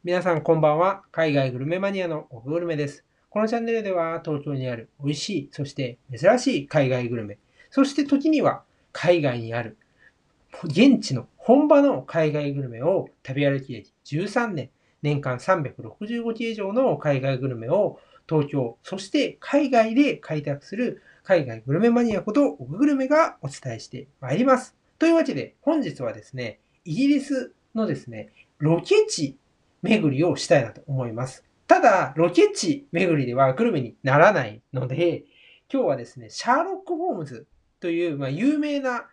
皆さんこんばんは。海外グルメマニアのオググルメです。このチャンネルでは東京にある美味しい、そして珍しい海外グルメ、そして時には海外にある現地の本場の海外グルメを食べ歩き歴13年、年間365期以上の海外グルメを東京、そして海外で開拓する海外グルメマニアことオググルメがお伝えしてまいります。というわけで本日はですね、イギリスのですね、ロケ地巡りをしたいなと思います。ただ、ロケ地巡りではグルメにならないので、今日はですね、シャーロック・ホームズという、有名な、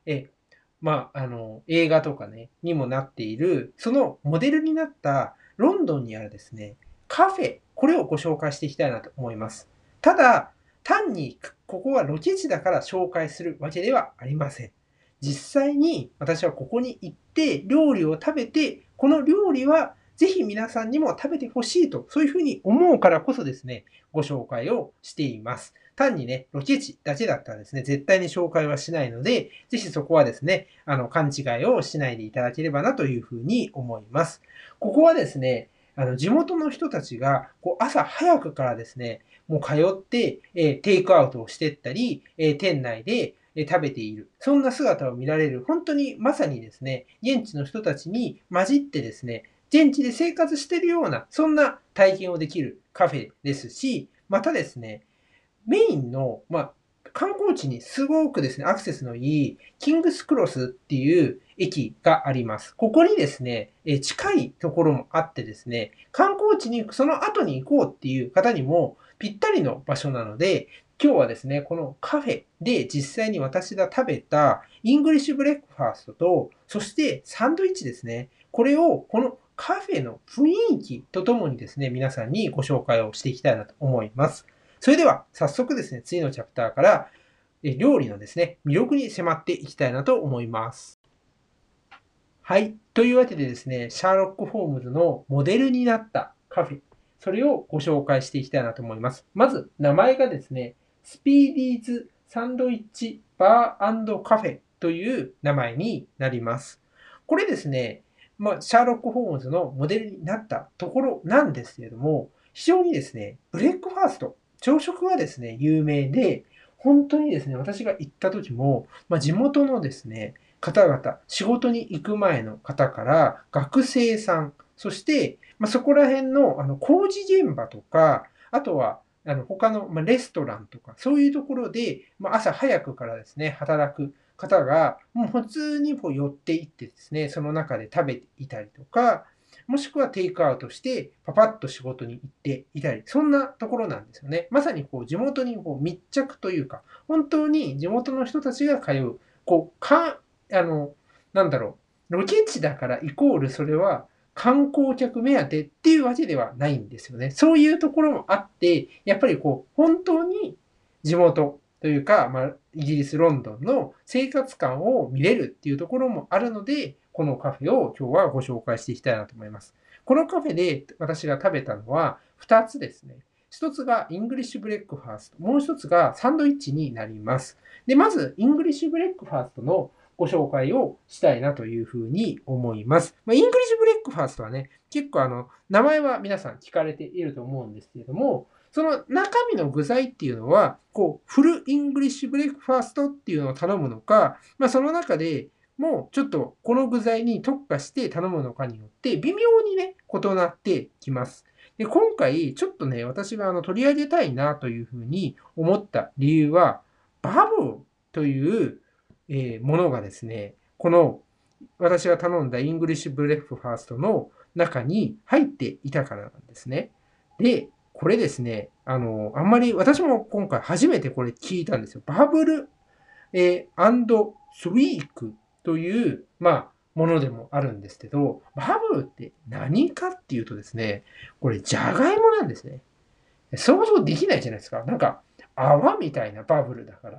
映画とかね、にもなっている、そのモデルになったロンドンにあるですね、カフェ、これをご紹介していきたいなと思います。ただ、単にここはロケ地だから紹介するわけではありません。実際に私はここに行って料理を食べて、この料理はぜひ皆さんにも食べてほしいと、そういうふうに思うからこそですね、ご紹介をしています。単にね、ロケ地だけだったらですね、絶対に紹介はしないので、ぜひそこはですね、勘違いをしないでいただければなというふうに思います。ここはですね、地元の人たちが、朝早くからですね、もう通って、テイクアウトをしていったり、店内で食べている。そんな姿を見られる。本当にまさにですね、現地の人たちに混じってですね、現地で生活しているような、そんな体験をできるカフェですし、またですね、メインの、観光地にすごくですね、アクセスのいい、キングスクロスっていう駅があります。ここにですね、近いところもあってですね、観光地にその後に行こうっていう方にもぴったりの場所なので、今日はですね、このカフェで実際に私が食べたイングリッシュブレックファーストと、そしてサンドイッチですね。これをこのカフェの雰囲気とともにですね、皆さんにご紹介をしていきたいなと思います。それでは早速ですね、次のチャプターから料理のですね、魅力に迫っていきたいなと思います。はい。というわけでですね、シャーロック・ホームズのモデルになったカフェ、それをご紹介していきたいなと思います。まず、名前がですね、スピーディーズ・サンドイッチ・バーカフェという名前になります。これですね、シャーロック・ホームズのモデルになったところなんですけれども、非常にですね、ブレックファースト、朝食はですね、有名で、本当にですね、私が行った時も、地元のですね、方々、仕事に行く前の方から学生さん、そして、そこら辺の工事現場とか、あとは他のレストランとか、そういうところで、朝早くからですね、働く方が、もう普通にこう寄っていってですね、その中で食べていたりとか、もしくはテイクアウトして、パパッと仕事に行っていたり、そんなところなんですよね。まさにこう地元にこう密着というか、本当に地元の人たちが通う、こう、あの、なんだろロケ地だからイコールそれは観光客目当てっていうわけではないんですよね。そういうところもあって、やっぱりこう、本当に地元というか、イギリス・ロンドンの生活感を見れるっていうところもあるので、このカフェを今日はご紹介していきたいなと思います。このカフェで私が食べたのは2つですね。1つがイングリッシュブレックファースト、もう1つがサンドイッチになります。で、まず、イングリッシュブレックファーストのご紹介をしたいなというふうに思います。イングリッシュブレックファーストはね、結構名前は皆さん聞かれていると思うんですけれども、その中身の具材っていうのは、フルイングリッシュブレックファーストっていうのを頼むのか、その中でもうちょっとこの具材に特化して頼むのかによって微妙にね、異なってきます。で、今回ちょっとね、私が取り上げたいなというふうに思った理由は、バブルというものがですね、この私が頼んだイングリッシュブレックファーストの中に入っていたからなんですね。で、これですね、あんまり私も今回初めてこれ聞いたんですよ。バブル、スウィークという、ものでもあるんですけど、バブルって何かっていうとですね、これじゃがいもなんですね。想像できないじゃないですか。なんか、泡みたいなバブルだから。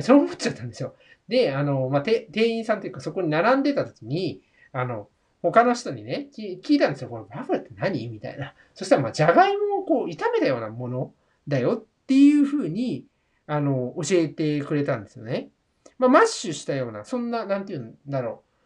そう思っちゃったんですよ。で、店員さんというかそこに並んでた時に、あの、他の人にね、聞いたんですよ。これバブルって何みたいな。そしたら、じゃがいもをこう、炒めたようなものだよっていうふうに、教えてくれたんですよね。マッシュしたような、そんな、なんていうんだろう。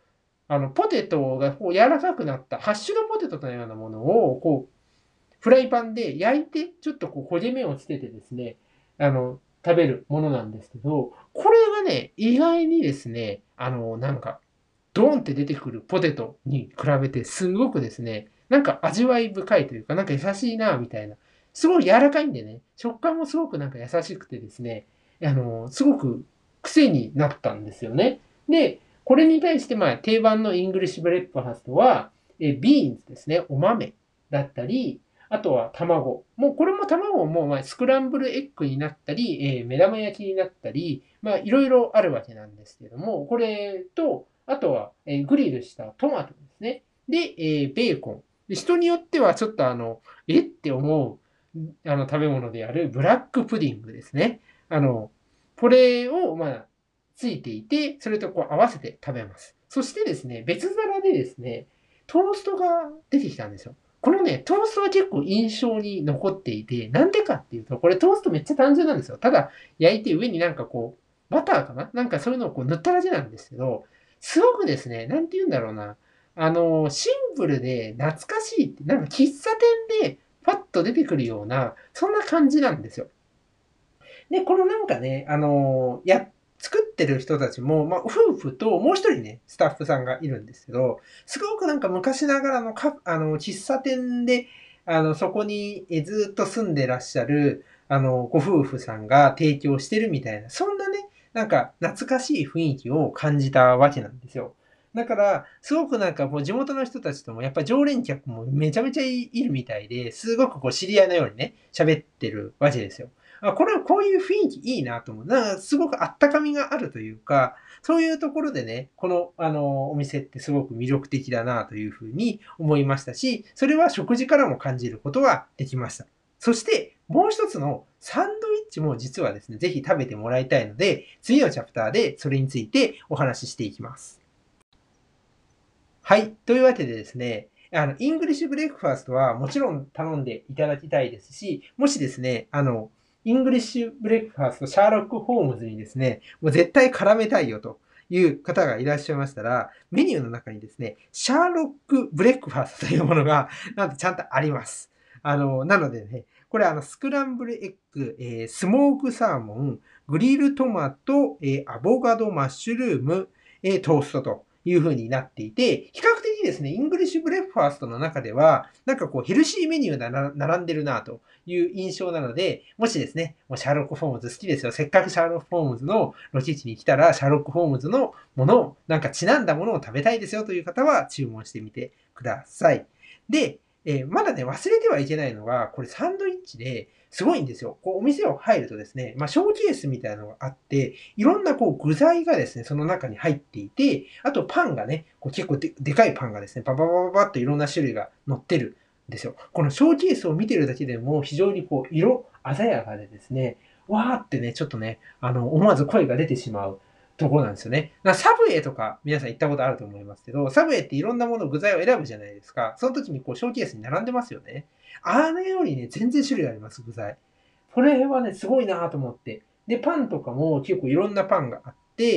ポテトがこう柔らかくなったハッシュドポテトのようなものを、こう、フライパンで焼いて、ちょっとこう焦げ目をつけてですね、食べるものなんですけど、これがね、意外にですね、なんか、ドーンって出てくるポテトに比べて、すごくですね、なんか味わい深いというか、なんか優しいな、みたいな。すごい柔らかいんでね、食感もすごくなんか優しくてですね、すごく癖になったんですよね。で、これに対して、まあ、定番のイングリッシュブレックファストは、ビーンズですね、お豆だったり、あとは卵。もうこれも卵もまあスクランブルエッグになったり、目玉焼きになったり、まあいろいろあるわけなんですけども、これと、あとは、グリルしたトマトですね。で、ベーコン。で人によってはちょっとえって思う食べ物であるブラックプディングですね。これをまあついていて、それとこう合わせて食べます。そしてですね、別皿でですね、トーストが出てきたんですよ。このね、トーストは結構印象に残っていて、なんでかっていうと、これトーストめっちゃ単純なんですよ。ただ焼いて上になんかこう、バターかななんかそういうのをこう塗っただけなんですけど、すごくですね、なんて言うんだろうな。シンプルで懐かしいって、なんか喫茶店でパッと出てくるような、そんな感じなんですよ。で、このなんかね、作ってる人たちも、まあ、夫婦ともう一人ね、スタッフさんがいるんですけど、すごくなんか昔ながらの喫茶店で、そこにずっと住んでらっしゃる、ご夫婦さんが提供してるみたいな、そんなね、なんか懐かしい雰囲気を感じたわけなんですよ。だから、すごくなんかもう地元の人たちとも、やっぱ常連客もめちゃめちゃいるみたいで、すごくこう知り合いのようにね、喋ってるわけですよ。これはこういう雰囲気いいなと思う。なんかすごくあったかみがあるというか、そういうところでね、この、お店ってすごく魅力的だなというふうに思いましたし、それは食事からも感じることができました。そして、もう一つのサンドイッチも実はですね、ぜひ食べてもらいたいので、次のチャプターでそれについてお話ししていきます。はい。というわけでですね、イングリッシュブレックファーストはもちろん頼んでいただきたいですし、もしですね、イングリッシュブレックファースト、シャーロック・ホームズにですね、もう絶対絡めたいよという方がいらっしゃいましたら、メニューの中にですね、シャーロック・ブレックファーストというものが、なんとちゃんとあります。なのでね、これスクランブルエッグ、スモークサーモン、グリルトマト、アボカド、マッシュルーム、トーストという風になっていて、比較的ですね、イングリッシュブレックファーストの中では、なんかこうヘルシーメニューが並んでるなという印象なので、もしですね、もうシャーロック・ホームズ好きですよ。せっかくシャーロック・ホームズのロケ地に来たら、シャーロック・ホームズのものを、なんかちなんだものを食べたいですよという方は注文してみてください。で、まだね、忘れてはいけないのが、これサンドイッチですごいんですよ。こうお店を入るとですね、まあ、ショーケースみたいなのがあって、いろんなこう具材がですね、その中に入っていて、あとパンがね、こう結構でかいパンがですね、パパパパパッといろんな種類が乗ってるんですよ。このショーケースを見てるだけでも非常にこう色鮮やかでですね、わーってね、ちょっとね、思わず声が出てしまうところなんですよね。サブウェイとか皆さん行ったことあると思いますけど、サブウェイっていろんなもの具材を選ぶじゃないですか。その時にこうショーケースに並んでますよね。あれよりね、全然種類あります、具材。これはね、すごいなと思って。で、パンとかも結構いろんなパンがあって、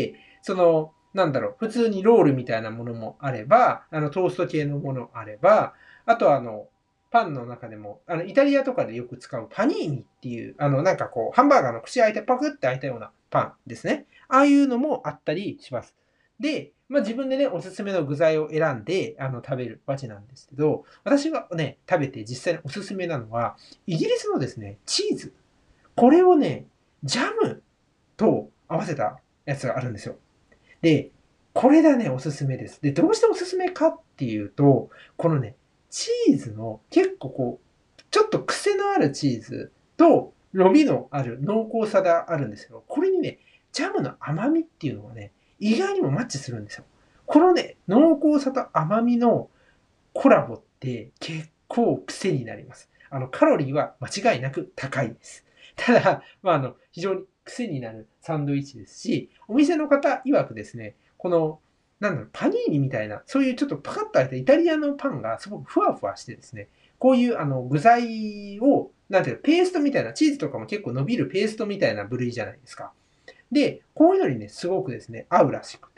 なんだろう、普通にロールみたいなものもあれば、トースト系のものあれば、あとパンの中でも、イタリアとかでよく使うパニーニっていう、なんかこう、ハンバーガーの口開いてパクって開いたようなパンですね。ああいうのもあったりします。で、まあ自分でね、おすすめの具材を選んで、食べるわけなんですけど、私がね、食べて実際におすすめなのは、イギリスのですね、チーズ。これをね、ジャムと合わせたやつがあるんですよ。で、これがね、おすすめです。で、どうしておすすめかっていうと、このね、チーズの結構こう、ちょっと癖のあるチーズと、伸びのある濃厚さがあるんですけど、これにね、ジャムの甘みっていうのがね、意外にもマッチするんですよ。このね、濃厚さと甘みのコラボって結構癖になります。カロリーは間違いなく高いです。ただ、まあ、非常に癖になるサンドイッチですし、お店の方曰くですね、この、なんだろう、パニーニみたいな、そういうちょっとパカッと開いたイタリアのパンがすごくふわふわしてですね、こういう具材を、なんていうの、ペーストみたいな、チーズとかも結構伸びるペーストみたいな部類じゃないですか。で、こういうのにね、すごくですね、合うらしくて、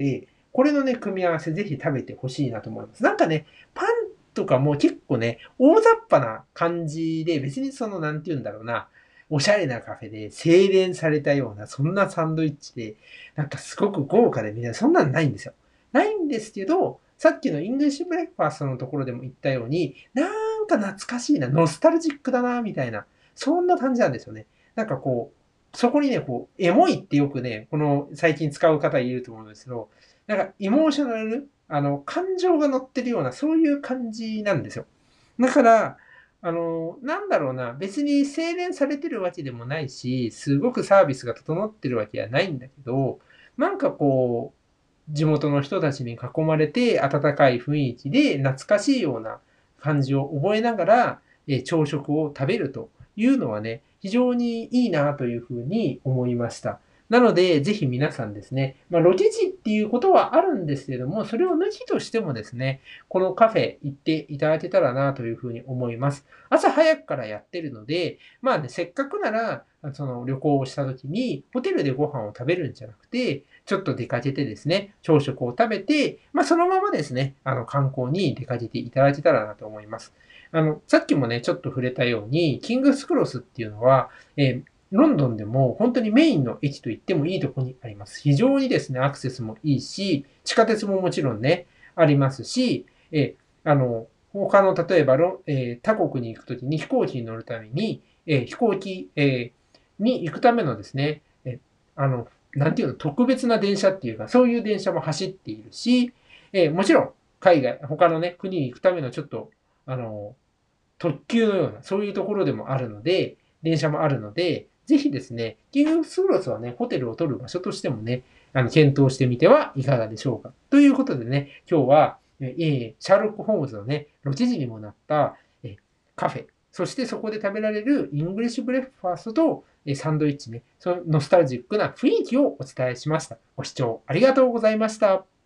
これのね、組み合わせぜひ食べてほしいなと思います。なんかね、パンとかも結構ね、大雑把な感じで、別にその、なんて言うんだろうな、おしゃれなカフェで精錬されたような、そんなサンドイッチで、なんかすごく豪華でみたいな、そんなのないんですよ。ないんですけど、さっきのイングリッシュブレックファーストのところでも言ったように、なんか懐かしいな、ノスタルジックだな、みたいな、そんな感じなんですよね。なんかこう、そこにね、こう、エモいってよくね、この最近使う方いると思うんですけど、なんかエモーショナル、感情が乗ってるような、そういう感じなんですよ。だから、なんだろうな、別に精錬されてるわけでもないし、すごくサービスが整ってるわけはないんだけど、なんかこう、地元の人たちに囲まれて、温かい雰囲気で懐かしいような感じを覚えながら、朝食を食べるというのはね、非常にいいなというふうに思いました。なので、ぜひ皆さんですね、ロケ地っていうことはあるんですけれども、それを抜きとしてもですね、このカフェ行っていただけたらなというふうに思います。朝早くからやってるので、まあね、せっかくなら、その旅行をした時に、ホテルでご飯を食べるんじゃなくて、ちょっと出かけてですね、朝食を食べて、そのままですね、観光に出かけていただけたらなと思います。さっきもね、ちょっと触れたように、キングスクロスっていうのは、ロンドンでも本当にメインの駅と言ってもいいところにあります。非常にですね、アクセスもいいし、地下鉄ももちろんね、ありますし、他の、例えば他国に行くときに飛行機に乗るために、飛行機、に行くためのですね、なんていうの、特別な電車っていうか、そういう電車も走っているし、もちろん、海外、他のね、国に行くためのちょっと、あの、特急のような、そういうところでもあるので、電車もあるので、ぜひですね、キングスクロスはね、ホテルを取る場所としてもね、検討してみてはいかがでしょうか。ということでね、今日は、シャーロック・ホームズのね、ロケ地にもなった、カフェ、そしてそこで食べられるイングリッシュブレックファーストと、サンドイッチね、そのノスタルジックな雰囲気をお伝えしました。ご視聴ありがとうございました。